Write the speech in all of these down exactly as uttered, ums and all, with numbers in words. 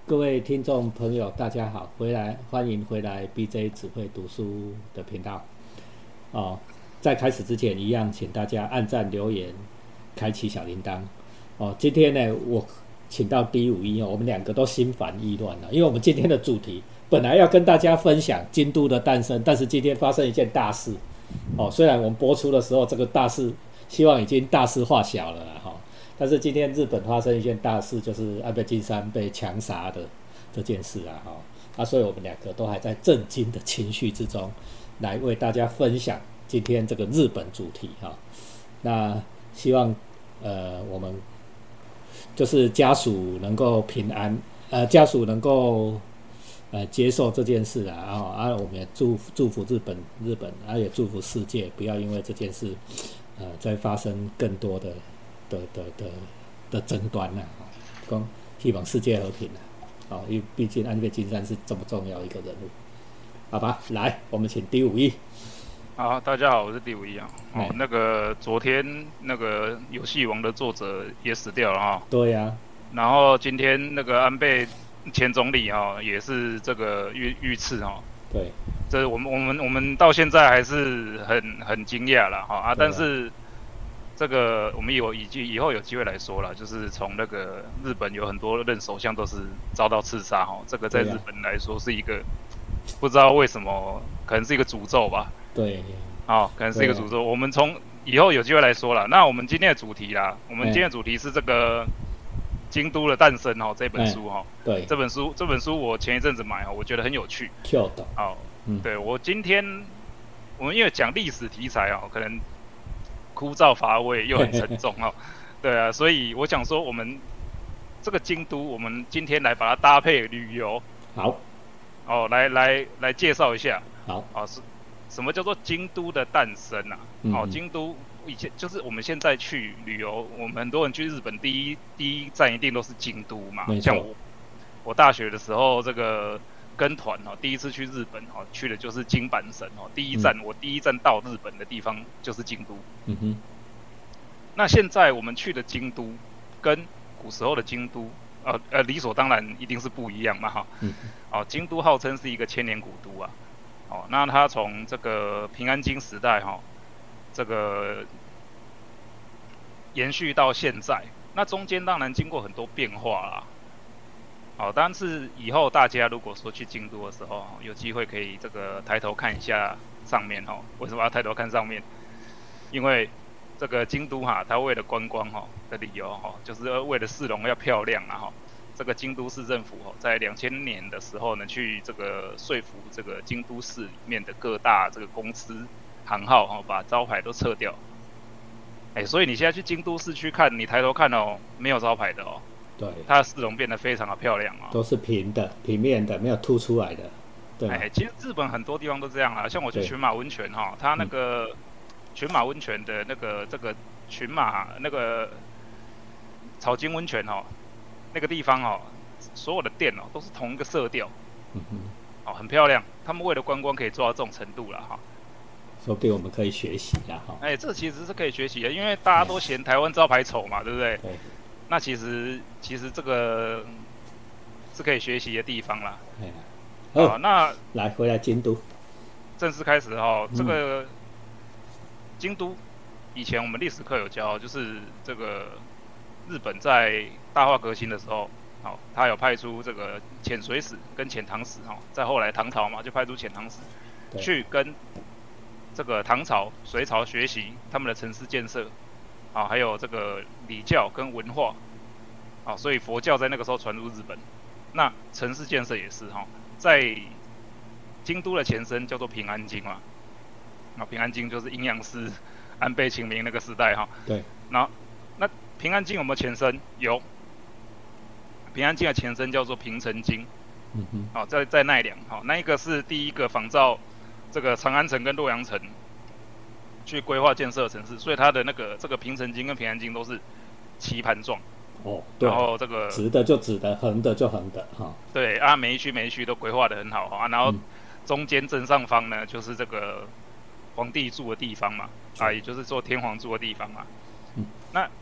各位听众朋友，大家好，回来欢迎回来 B J 只会读书的频道。哦，在开始之前，一样请大家按赞、留言、开启小铃铛。哦，今天呢，我请到第五一哦，我们两个都心烦意乱了，因为我们今天的主题本来要跟大家分享京都的诞生，但是今天发生一件大事。哦，虽然我们播出的时候这个大事，希望已经大事化小了啦哈。哦，但是今天日本发生一件大事，就是安倍晋三被枪杀的这件事啊，哈啊，所以我们两个都还在震惊的情绪之中，来为大家分享今天这个日本主题哈。那希望呃我们就是家属能够平安，呃家属能够呃接受这件事啊，啊啊我们也祝祝福日本日本，啊也祝福世界不要因为这件事呃再发生更多的。的的的的争端呐、啊，讲希望世界和平啊，哦，因为毕竟安倍晋三是这么重要一个人物，好吧？来，我们请第五一。 好，大家好，我是第五一啊。哦，那个昨天那个游戏王的作者也死掉了哈。 对呀、啊。 然后今天那个安倍前总理哈也是这个遇遇刺哈。 对。 这我们我们我们到现在还是很很惊讶了哈啊，但是。这个我们有以以后有机会来说了，就是从那个日本有很多任首相都是遭到刺杀哈，这个在日本来说是一个、啊、不知道为什么，可能是一个诅咒吧。 对， 哦，可能是一个诅咒。啊、我们从以后有机会来说了。那我们今天的主题啦，我们今天的主题是这个京都的诞生哈这本书哈。 对， 这本书这本书我前一阵子买哈，我觉得很有趣。 Q 的。 哦，嗯、对我今天我们因为讲历史题材啊，可能。枯燥乏味又很沉重哦，对啊，所以我想说，我们这个京都，我们今天来把它搭配旅游， 好， 哦，来来来介绍一下， 好， 哦是，什么叫做京都的诞生啊？嗯、哦，京都以前就是我们现在去旅游，我们很多人去日本第一第一站一定都是京都嘛，像我我大学的时候这个。跟团哦，第一次去日本哦，去的就是京阪神哦。第一站、嗯、我第一站到日本的地方就是京都。嗯哼。那现在我们去的京都，跟古时候的京都，呃呃，理所当然一定是不一样嘛哈。嗯。哦，京都号称是一个千年古都啊。哦，那它从这个平安京时代哈、哦，这个延续到现在，那中间当然经过很多变化啦。好，但是以后大家如果说去京都的时候，有机会可以这个抬头看一下上面哈。为什么要抬头看上面？因为这个京都哈，它为了观光哈的理由哈，就是为了市容要漂亮啊哈。这个京都市政府哦，在两千年的时候呢，去这个说服这个京都市里面的各大这个公司行号哈，把招牌都撤掉。哎，所以你现在去京都市区看，你抬头看哦，没有招牌的哦。 对， 它的市容变得非常的漂亮啊、哦， 都是平的、平面的，没有凸出来的。对， 哎，其实日本很多地方都这样啊，像我去群马温泉哈、哦，它那个群马温泉的那个这个群马那个草津温泉哦，那个地方哦，所有的店哦都是同一个色调，嗯哼，哦，很漂亮。他们为了观光可以做到这种程度了哈。 说不定我们可以学习啦哈。 哎，这其实是可以学习的，因为大家都嫌台湾招牌丑嘛，对不对？ 对。 那其实其实这个是可以学习的地方啦。 好、哦，那来回来京都， 正式开始哈、哦。这个京都以前我们历史课有教，就是这个日本在大化革新的时候，好、哦，他有派出这个遣隋使跟遣唐使哈、哦，在后来唐朝嘛，就派出遣唐使去跟这个唐朝、隋朝学习他们的城市建设。啊，还有这个礼教跟文化，啊，所以佛教在那个时候传入日本。那城市建设也是哈、哦，在京都的前身叫做平安京嘛，啊，平安京就是阴阳师安倍晴明那个时代哈、哦。 对。 那那平安京有没有前身？有。平安京的前身叫做平城京，嗯哼。好、哦，在在奈良，好、哦，那一个是第一个仿照这个长安城跟洛阳城。去规划建设城市，所以它的那个这个平城京跟平安京都是棋盘状。 哦，对。 然后这个直的就直的，横的就横的，哈、哦。 对啊，每一区每一区都规划得很好啊，然后中间正上方呢就是这个皇帝住的地方嘛，啊，也就是说天皇住的地方嘛。嗯。那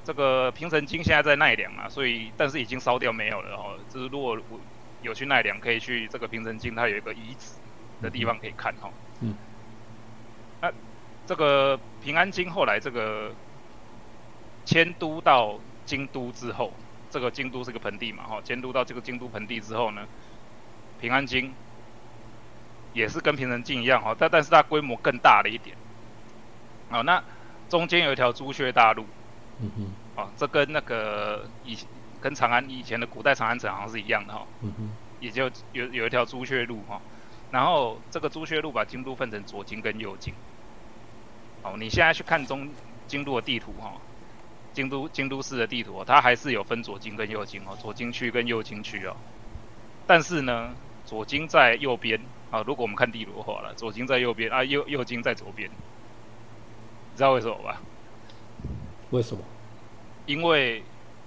这个平城京现在在奈良啊，所以但是已经烧掉没有了哦。就是如果有去奈良，可以去这个平城京，它有一个遗址的地方可以看哈。嗯。那这个平安京后来这个迁都到京都之后，这个京都是个盆地嘛哈，迁都到这个京都盆地之后呢，平安京也是跟平城京一样哈，但但是它规模更大了一点。好，那中间有一条朱雀大路。嗯哼，哦，这跟那个以跟长安以前的古代长安城好像是一样的哈。嗯哼，也就有有一条朱雀路哈，然后这个朱雀路把京都分成左京跟右京。哦，你现在去看中京都的地图哈，京都京都市的地图，它还是有分左京跟右京哦，左京区跟右京区哦。但是呢，左京在右边啊，如果我们看地图的话了，左京在右边啊，右右京在左边，你知道为什么吧？ 为什么？ 因为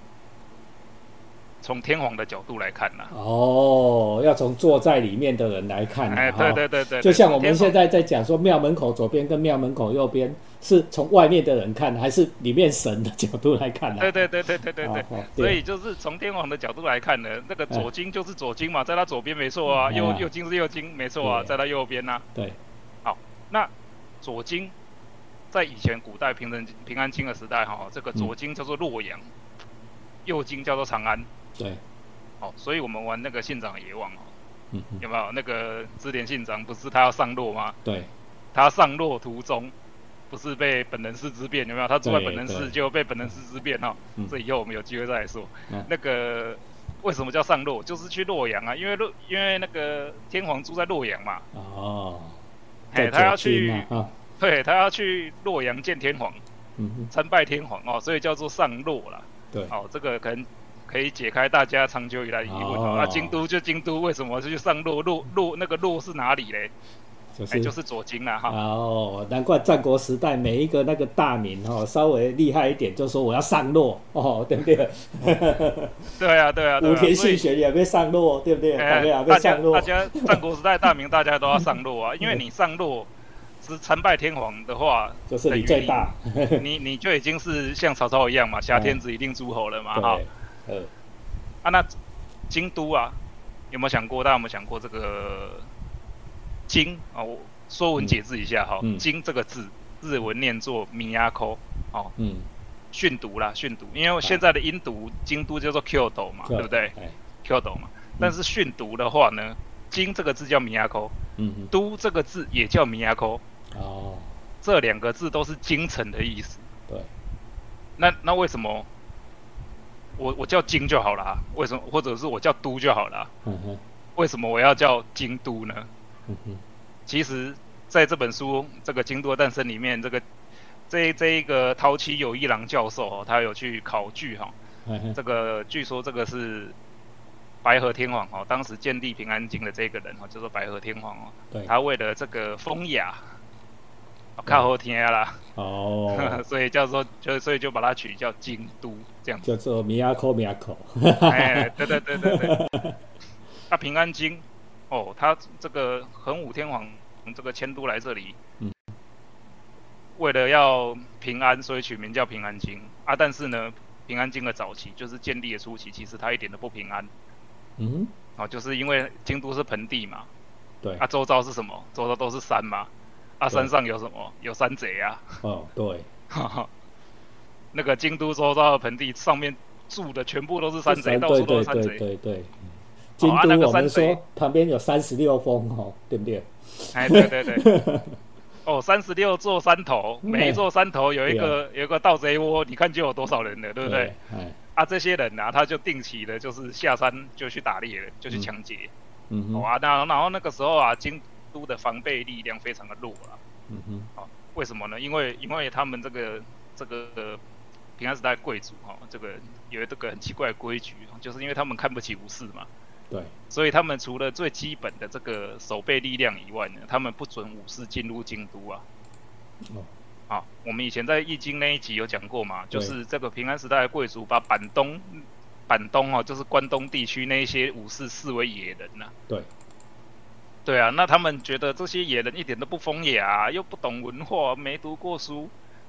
从天皇的角度来看呐、啊， 哦，要从坐在里面的人来看、啊， 哎，对对对 对, 對， 就像我们现在在讲说庙门口左边跟庙门口右边，是从外面的人看，还是里面神的角度来看、啊？ 对对对对对对 对, 對，所以就是从天皇的角度来看呢，那个左京就是左京嘛，在他左边没错啊，右右京是右京没错啊，在他右边呐、啊。 对， 好，那左京。在以前古代平城平安京的时代哈，这个左京叫做洛阳，嗯、右京叫做长安。 对， 哦，所以我们玩那个信长野望哦，嗯、有没有那个织田信长不是他要上洛吗？ 对， 他上洛途中不是被本能寺之变有没有？他住在本能寺就被本能寺之变哈，这以后我们有机会再来说。嗯、那个为什么叫上洛？就是去洛阳啊，因为洛因为那个天皇住在洛阳嘛。 哦， 哎，他要去。 啊对他要去洛阳见天皇，嗯，参拜天皇哦，所以叫做上洛啦。 对， 哦，这个可能可以解开大家长久以来疑问哦。那、啊、京都就京都，为什么去上洛？洛洛那个洛是哪里嘞？就是、欸、就是左京啦哈。 哦，难怪战国时代每一个那个大名哦，稍微厉害一点，就说我要上洛哦，对不对？ 对啊，对啊， 武田信玄也被上洛，对不对？ 欸、 大大家大家战国时代大名大家都要上洛啊，因为你上洛。是参拜天皇的话， 就是你最大， 你你就已经是像曹操一样嘛，挟天子以令诸侯了嘛，哈。 呃， 啊，那京都啊，有没有想过？大家有没有想过这个京啊？我说文解字一下哈，嗯、京这个字日文念作米亚口，哦，嗯，训读啦，训读，因为现在的音读京都叫做 Kyoto 嘛，对不对 ？Kyoto 嘛，但是训读的话呢，京这个字叫米亚口，嗯，都这个字也叫米亚口。哦，这两个字都是京城的意思。 对， 那那为什么我我叫京就好了？为什么或者是我叫都就好了？嗯哼，为什么我要叫京都呢？嗯哼，其实在这本书这个《京都的诞生》里面，这个这这一个陶崎友一郎教授哦，他有去考据哈、哦，这个据说这个是白河天皇哦，当时建立平安京的这个人哦，叫做白河天皇哦， 对， 他为了这个风雅。靠后天啦，哦，所以叫做就所以就把它取叫京都这样子， 叫做米亚口米亚口， 哎，对对对对对。那、啊、平安京，哦，他这个桓武天皇这个迁都来这里，嗯，为了要平安，所以取名叫平安京啊。但是呢，平安京的早期就是建立的初期，其实它一点都不平安，嗯，哦，就是因为京都是盆地嘛， 对， 啊，周遭是什么？周遭都是山嘛。啊，山上有什么？有山贼啊！ 哦，对， 那个京都周遭的盆地上面住的全部都是山贼，到处都是山贼。 对对对对，京都、哦啊那個、我们说旁边有三十六峰哦，对不对？ 哎，对对对。哦，三十六座山头，每一座山头有一个、啊、有一个盗贼窝，你看就有多少人了，对不对？对啊，这些人啊，他就定期的，就是下山就去打猎了，就去抢劫。嗯哼。哦啊，那然后那个时候啊，京都的防备力量非常的弱了，嗯哼，好、哦，为什么呢？因为因为他们这个这个、呃、平安时代贵族哈、哦，这个有这个很奇怪的规矩，就是因为他们看不起武士嘛， 对， 所以他们除了最基本的这个守备力量以外呢，他们不准武士进入京都啊。哦，好、哦，我们以前在易经那一集有讲过嘛，就是这个平安时代的贵族把板东板东哦，就是关东地区那一些武士视为野人呐、啊。 对。 对啊，那他们觉得这些野人一点都不风雅、啊，又不懂文化，没读过书，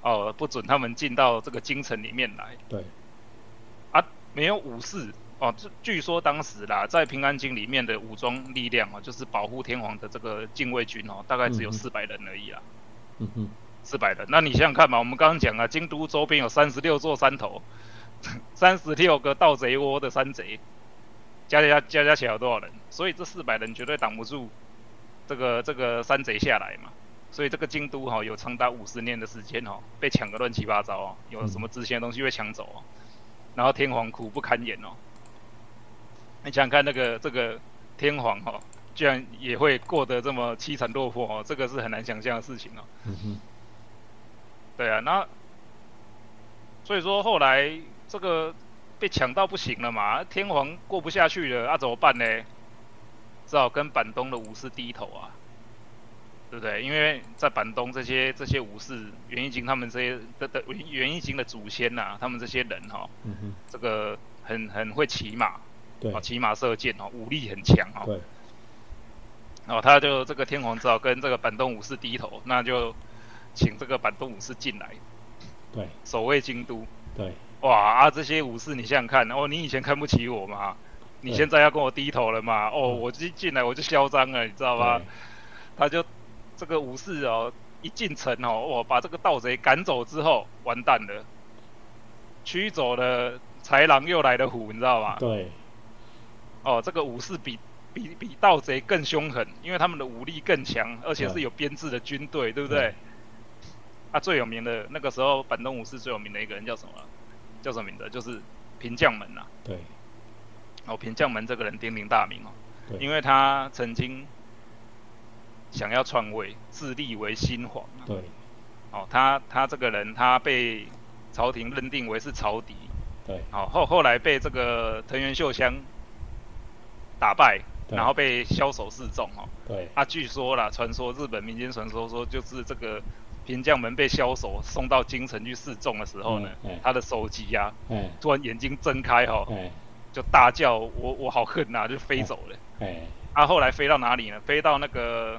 哦，不准他们进到这个京城里面来。 对， 啊，没有武士哦，据说当时啦，在平安京里面的武装力量哦，就是保护天皇的这个禁卫军哦，大概只有四百人而已啦。 嗯哼， 四百人，那你想想看嘛，我们刚刚讲啊，京都周边有三十六座山头，三十六个盗贼窝的山贼，加加加加起来有多少人？所以这四百人绝对挡不住这个这个山贼下来嘛。所以这个京都哈、哦、有长达五十年的时间哦，被抢个乱七八糟哦，有什么值钱的东西被抢走哦，然后天皇苦不堪言哦。你想想看，那个这个天皇哈、哦，居然也会过得这么凄惨落魄哦，这个是很难想象的事情哦。 嗯哼。 对啊，那所以说后来这个被抢到不行了嘛，天皇过不下去了，啊怎么办呢？只好跟板东的武士低头啊，对不对？因为在板东这些这些武士，源义经他们这些的的源义经的祖先呐、啊，他们这些人哈、哦嗯哼， 这个很很会骑马， 对， 哦骑马射箭哦，武力很强哦。 对。 哦，他就这个天皇只好跟这个板东武士低头，那就请这个板东武士进来， 对， 守卫京都。 对， 哇啊，这些武士你想想看，哦，你以前看不起我嘛，你现在要跟我低头了嘛？哦，我一进来我就嚣张了，你知道吗？他就这个武士哦，一进城哦，哇，把这个盗贼赶走之后，完蛋了，驱走了豺狼又来了虎，你知道吗？ 对。 哦，这个武士比比比盗贼更凶狠，因为他们的武力更强，而且是有编制的军队，对不对？对啊，最有名的那个时候，板东武士最有名的一个人叫什么？叫什么名字？就是平将门呐、啊。 对。 哦，平将门这个人鼎鼎大名哦， 对， 因为他曾经想要篡位，自立为新皇、啊。 对。 哦，他他这个人，他被朝廷认定为是朝敌。 对。 哦，后后来被这个藤原秀香打败。然后被枭首示众哦， 对， 啊，据说啦，传说日本民间传说说，就是这个平将门被枭首送到京城去示众的时候呢，嗯嗯、他的首级啊，嗯、突然眼睛睁开哈、哦，嗯、就大叫我我好恨呐、啊，就飞走了。嗯、啊，后来飞到哪里呢？飞到那个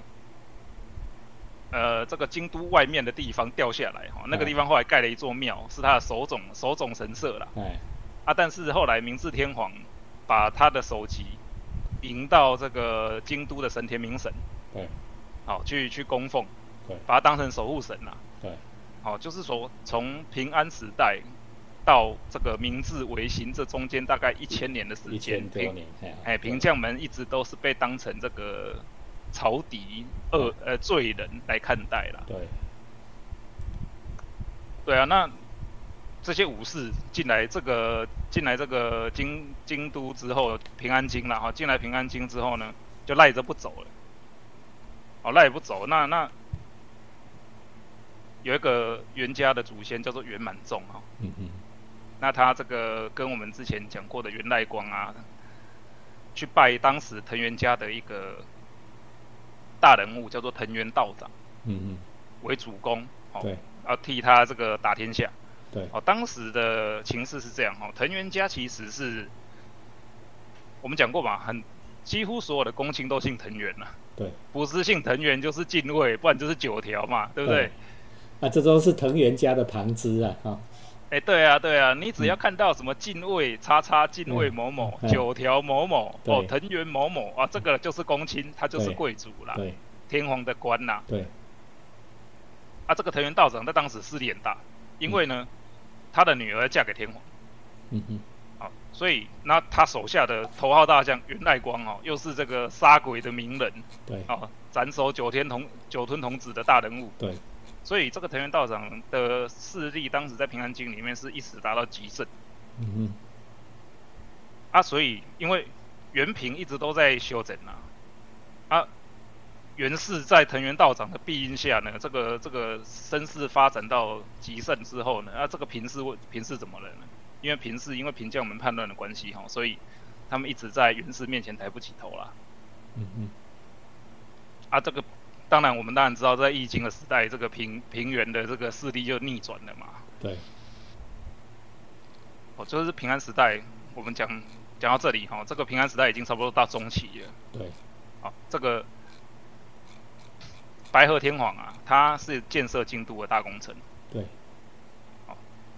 呃这个京都外面的地方掉下来哈、哦，那个地方后来盖了一座庙，是他的首种首种神社啦。嗯、啊，但是后来明治天皇把他的首级迎到这个京都的神田明神， 对， 好、哦、去去供奉， 对， 把它当成守护神啦、啊， 对， 好、哦，就是说从平安时代到这个明治维新这中间大概一千年的时间， 一千多年， 哎，平将门一直都是被当成这个朝敌恶呃罪人来看待啦， 对， 对啊，那这些武士进来这个进来这个京京都之后，平安京啦哈，进来平安京之后呢，就赖着不走了。哦，赖不走，那那有一个源家的祖先叫做源满仲哈，嗯嗯，那他这个跟我们之前讲过的源赖光啊，去拜当时藤原家的一个大人物叫做藤原道长，嗯嗯，为主公，哦，对，要替他这个打天下。 对， 哦，当时的情势是这样哈、哦，藤原家其实是我们讲过嘛，很几乎所有的公卿都姓藤原呐、啊， 对， 不是姓藤原就是近卫，不然就是九条嘛，对不对？ 啊，这都是藤原家的旁支啊，哈、哦。 哎，对啊，对啊，你只要看到什么近卫叉叉近卫某某、嗯、九条某某，哦，藤原某某啊，这个就是公卿，他就是贵族啦， 对， 天皇的官呐， 对。 啊，这个藤原道长在当时势力很大，因为呢。嗯，他的女儿嫁给天皇，嗯哼，好，所以那他手下的头号大将源赖光哦，又是这个杀鬼的名人， 对， 哦，斩首九天童九吞童子的大人物， 对， 所以这个藤原道长的势力当时在平安京里面是一时达到极盛，嗯哼，啊，所以因为源平一直都在休整啊，啊。源氏在藤原道长的庇荫下呢，这个这个声势发展到极盛之后呢，啊，这个平氏平氏怎么了呢？因为平氏因为平将门叛乱的关系哈，所以他们一直在源氏面前抬不起头啦。嗯嗯。啊，这个当然我们当然知道，在易经的时代，这个平平原的这个势力就逆转了嘛。 对。 哦，就是平安时代，我们讲讲到这里哈，这个平安时代已经差不多到中期了。 对。 好，这个。白河天皇啊，他是建设京都的大功臣。 对。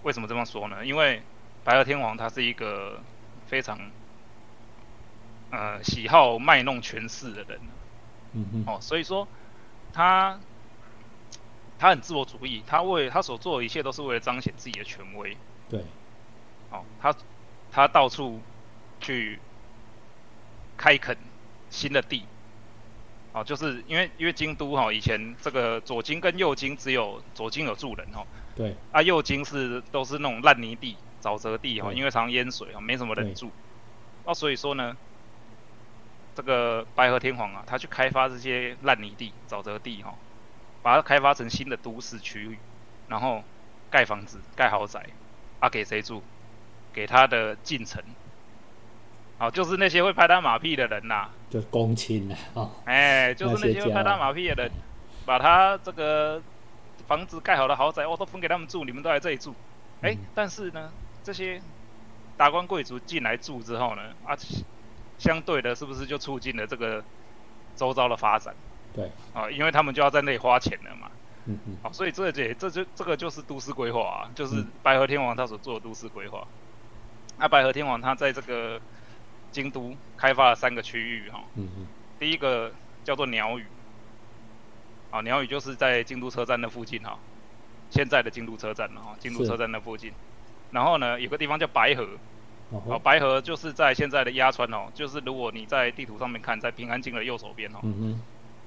为什么这么说呢？因为白河天皇他是一个非常呃喜好卖弄权势的人， 嗯哼， 哦，所以说他他很自我主义，他为他所做的一切都是为了彰显自己的权威。 对， 哦，他他到处去开垦新的地。哦，就是因为因为京都哈、哦，以前这个左京跟右京只有左京有住人哈、哦， 对， 啊右京是都是那种烂泥地、沼泽地哈、哦，因为常淹水哈、哦，没什么人住。那、啊、所以说呢，这个白河天皇啊，他去开发这些烂泥地、沼泽地哈、哦，把它开发成新的都市区域，然后盖房子、盖豪宅，啊给谁住？给他的近臣。哦，就是那些会拍他马屁的人呐、啊， 就是公卿啊，哦， 哎，就是那些会拍他马屁的人，把他这个房子盖好的豪宅，哦，都分给他们住，你们都来这里住，哎、嗯，但是呢，这些达官贵族进来住之后呢，啊，相对的，是不是就促进了这个周遭的发展？ 对， 啊，因为他们就要在那里花钱了嘛， 嗯嗯， 好、啊，所以这这这就这个就是都市规划啊，就是白河天皇他所做的都市规划。那、啊、白河天皇他在这个京都开发了三个区域哈、 嗯嗯， 第一个叫做鸟羽，啊，鸟羽就是在京都车站的附近哈，现在的京都车站了哈，京都车站的附近。然后呢，有个地方叫白河，哦，白河就是在现在的鸭川哦，就是如果你在地图上面看，在平安京的右手边哦。 嗯哼。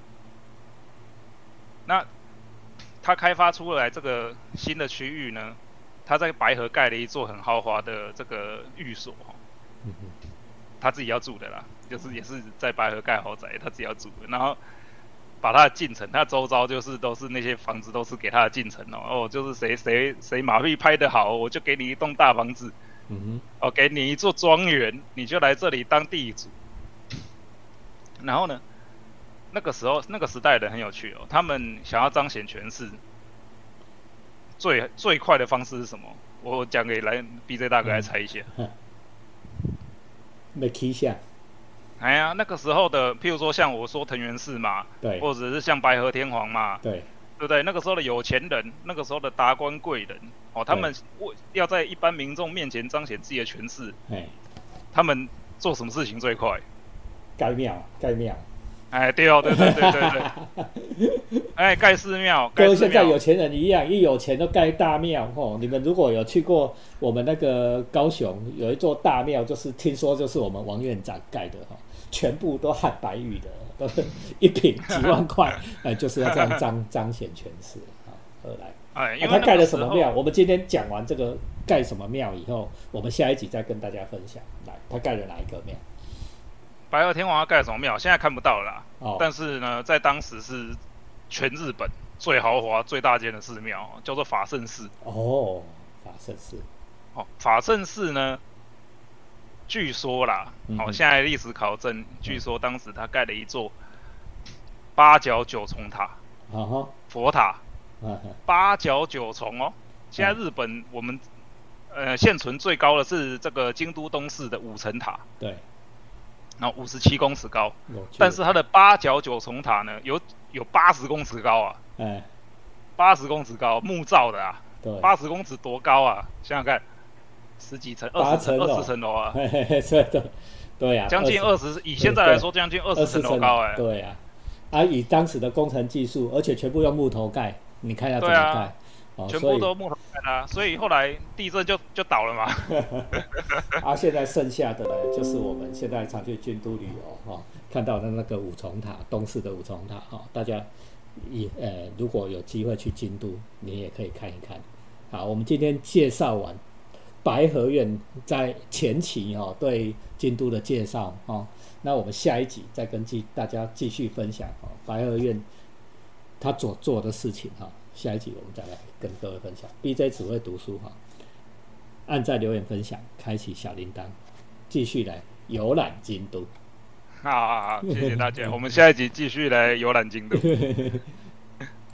那他开发出来这个新的区域呢，他在白河盖了一座很豪华的这个寓所哈。 嗯哼。 他自己要住的啦，就是也是在白河盖豪宅，他自己要住的。然后把他的近臣，他周遭就是都是那些房子都是给他的近臣哦，哦，就是谁谁谁马屁拍得好，我就给你一栋大房子， 嗯哼， 哦，给你一座庄园，你就来这里当地主。然后呢，那个时候那个时代的人很有趣哦，他们想要彰显权势，最最快的方式是什么？我讲给来 B J 大哥来猜一下。 嗯没起下， 哎呀，那个时候的，譬如说像我说藤原氏嘛， 对， 或者是像白河天皇嘛， 对， 对不对？那个时候的有钱人，那个时候的达官贵人，哦，他们要在一般民众面前彰显自己的权势，他们做什么事情最快？ 盖庙，盖庙。 哎，对哦，对对对对对，哎，盖寺庙， 跟现在有钱人一样，一有钱都盖大庙哦。你们如果有去过我们那个高雄有一座大庙，就是听说就是我们王院长盖的哈，全部都汉白玉的，都是一坪几万块，哎，就是要这样彰彰显权势啊。二来， 哎，因为、 啊、他盖了什么庙？我们今天讲完这个盖什么庙以后，我们下一集再跟大家分享。来，他盖了哪一个庙？ 白河天皇要盖什么庙？现在看不到了啦。 哦， 但是呢，在当时是全日本最豪华、最大间的寺庙，叫做法胜寺。 哦，法胜寺。 哦，法胜寺呢，据说啦，嗯、哦，现在历史考证，据说当时他盖了一座八角九重塔， 啊、 佛塔， 啊、 八角九重哦。现在日本我们、嗯、呃现存最高的是这个京都东寺的五层塔。 对。 然后五十七公尺高，但是它的八角九重塔呢，有有八十公尺高啊！ 哎， 八十公尺高，木造的啊！ 对， 八十公尺多高啊？想想看，十几层、二十层、二十层楼啊！ 嘿嘿嘿，对对对呀， 将近二十，以现在来说，将近二十层楼高哎！ 对呀，啊，以当时的工程技术，而且全部用木头盖，你看要怎么盖？ 全部都木头盖的、啊，所以后来地震就就倒了嘛。 啊，现在剩下的呢，就是我们现在常去京都旅游哈、哦，看到的那个五重塔，东市的五重塔哈、哦，大家也呃如果有机会去京都，你也可以看一看。好，我们今天介绍完白河院在前期哈、哦、对京都的介绍哦，那我们下一集再跟大家继续分享哦白河院他所做的事情哈、哦。下一集我们再来跟各位分享 B J 只会读书哈，按赞留言分享，开启小铃铛，继续来游览京都。 好好好，谢谢大家，我们下一集继续来游览京都。